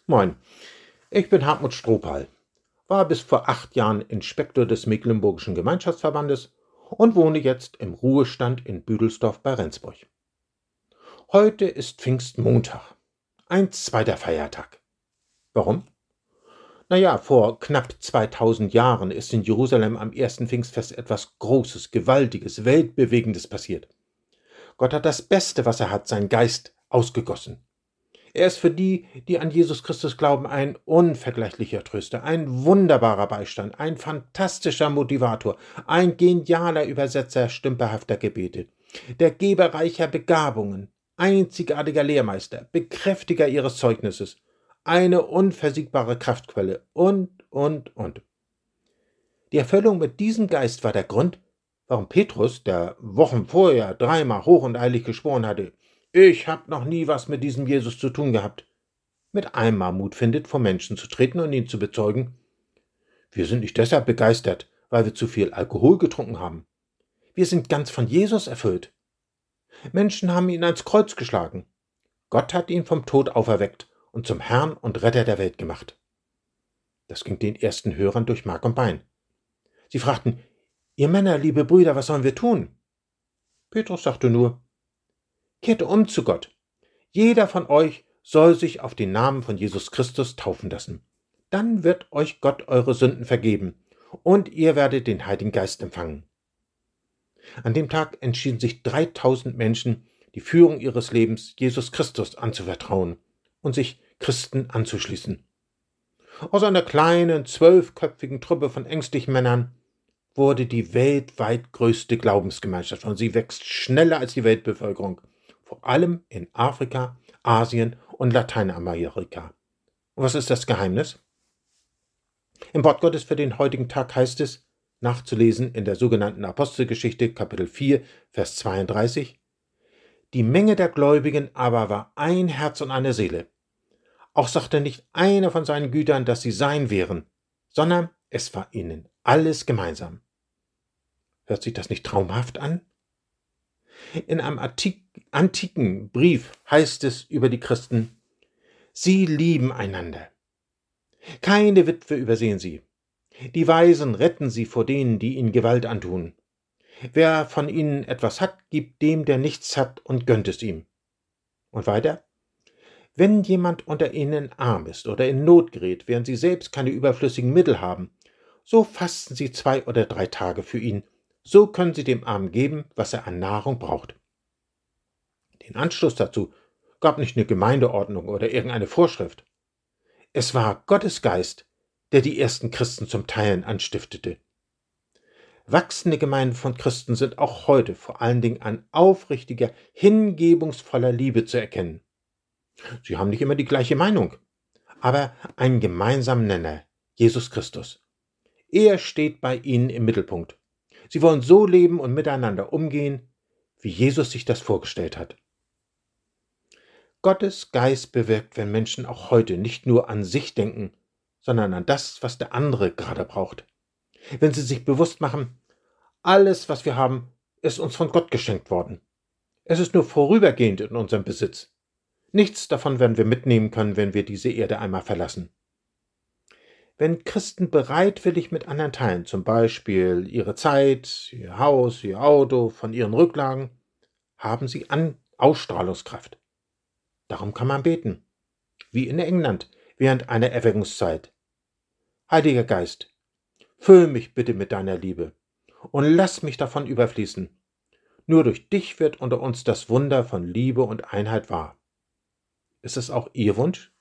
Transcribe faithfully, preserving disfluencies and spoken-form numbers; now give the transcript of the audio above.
Moin, ich bin Hartmut Strohpal, war bis vor acht Jahren Inspektor des Mecklenburgischen Gemeinschaftsverbandes und wohne jetzt im Ruhestand in Büdelsdorf bei Rendsburg. Heute ist Pfingstmontag, ein zweiter Feiertag. Warum? Naja, vor knapp zweitausend Jahren ist in Jerusalem am ersten Pfingstfest etwas Großes, Gewaltiges, Weltbewegendes passiert. Gott hat das Beste, was er hat, seinen Geist ausgegossen. Er ist für die, die an Jesus Christus glauben, ein unvergleichlicher Tröster, ein wunderbarer Beistand, ein fantastischer Motivator, ein genialer Übersetzer stümperhafter Gebete, der Geber reicher Begabungen, einzigartiger Lehrmeister, Bekräftiger ihres Zeugnisses, eine unversiegbare Kraftquelle und, und, und. Die Erfüllung mit diesem Geist war der Grund, warum Petrus, der Wochen vorher dreimal hoch und eilig geschworen hatte, ich hab noch nie was mit diesem Jesus zu tun gehabt, mit einmal Mut findet, vor Menschen zu treten und ihn zu bezeugen. Wir sind nicht deshalb begeistert, weil wir zu viel Alkohol getrunken haben. Wir sind ganz von Jesus erfüllt. Menschen haben ihn ans Kreuz geschlagen. Gott hat ihn vom Tod auferweckt und zum Herrn und Retter der Welt gemacht. Das ging den ersten Hörern durch Mark und Bein. Sie fragten, ihr Männer, liebe Brüder, was sollen wir tun? Petrus sagte nur, kehrt um zu Gott. Jeder von euch soll sich auf den Namen von Jesus Christus taufen lassen. Dann wird euch Gott eure Sünden vergeben und ihr werdet den Heiligen Geist empfangen. An dem Tag entschieden sich dreitausend Menschen, die Führung ihres Lebens Jesus Christus anzuvertrauen und sich Christen anzuschließen. Aus einer kleinen, zwölfköpfigen Truppe von ängstlichen Männern wurde die weltweit größte Glaubensgemeinschaft und sie wächst schneller als die Weltbevölkerung, vor allem in Afrika, Asien und Lateinamerika. Und was ist das Geheimnis? Im Wort Gottes für den heutigen Tag heißt es, nachzulesen in der sogenannten Apostelgeschichte, Kapitel vier, Vers zweiunddreißig, die Menge der Gläubigen aber war ein Herz und eine Seele. Auch sagte nicht einer von seinen Gütern, dass sie sein wären, sondern es war ihnen alles gemeinsam. Hört sich das nicht traumhaft an? In einem antiken Brief heißt es über die Christen, sie lieben einander. Keine Witwe übersehen sie. Die Waisen retten sie vor denen, die ihnen Gewalt antun. Wer von ihnen etwas hat, gibt dem, der nichts hat, und gönnt es ihm. Und weiter? Wenn jemand unter ihnen arm ist oder in Not gerät, während sie selbst keine überflüssigen Mittel haben, so fasten sie zwei oder drei Tage für ihn. So können sie dem Armen geben, was er an Nahrung braucht. Den Anschluss dazu gab nicht eine Gemeindeordnung oder irgendeine Vorschrift. Es war Gottes Geist, der die ersten Christen zum Teilen anstiftete. Wachsende Gemeinden von Christen sind auch heute vor allen Dingen an aufrichtiger, hingebungsvoller Liebe zu erkennen. Sie haben nicht immer die gleiche Meinung, aber einen gemeinsamen Nenner, Jesus Christus. Er steht bei ihnen im Mittelpunkt. Sie wollen so leben und miteinander umgehen, wie Jesus sich das vorgestellt hat. Gottes Geist bewirkt, wenn Menschen auch heute nicht nur an sich denken, sondern an das, was der andere gerade braucht. Wenn sie sich bewusst machen, alles, was wir haben, ist uns von Gott geschenkt worden. Es ist nur vorübergehend in unserem Besitz. Nichts davon werden wir mitnehmen können, wenn wir diese Erde einmal verlassen. Wenn Christen bereitwillig mit anderen teilen, zum Beispiel ihre Zeit, ihr Haus, ihr Auto, von ihren Rücklagen, haben sie An- Ausstrahlungskraft. Darum kann man beten, wie in England während einer Erweckungszeit. Heiliger Geist, füll mich bitte mit deiner Liebe und lass mich davon überfließen. Nur durch dich wird unter uns das Wunder von Liebe und Einheit wahr. Ist es auch Ihr Wunsch?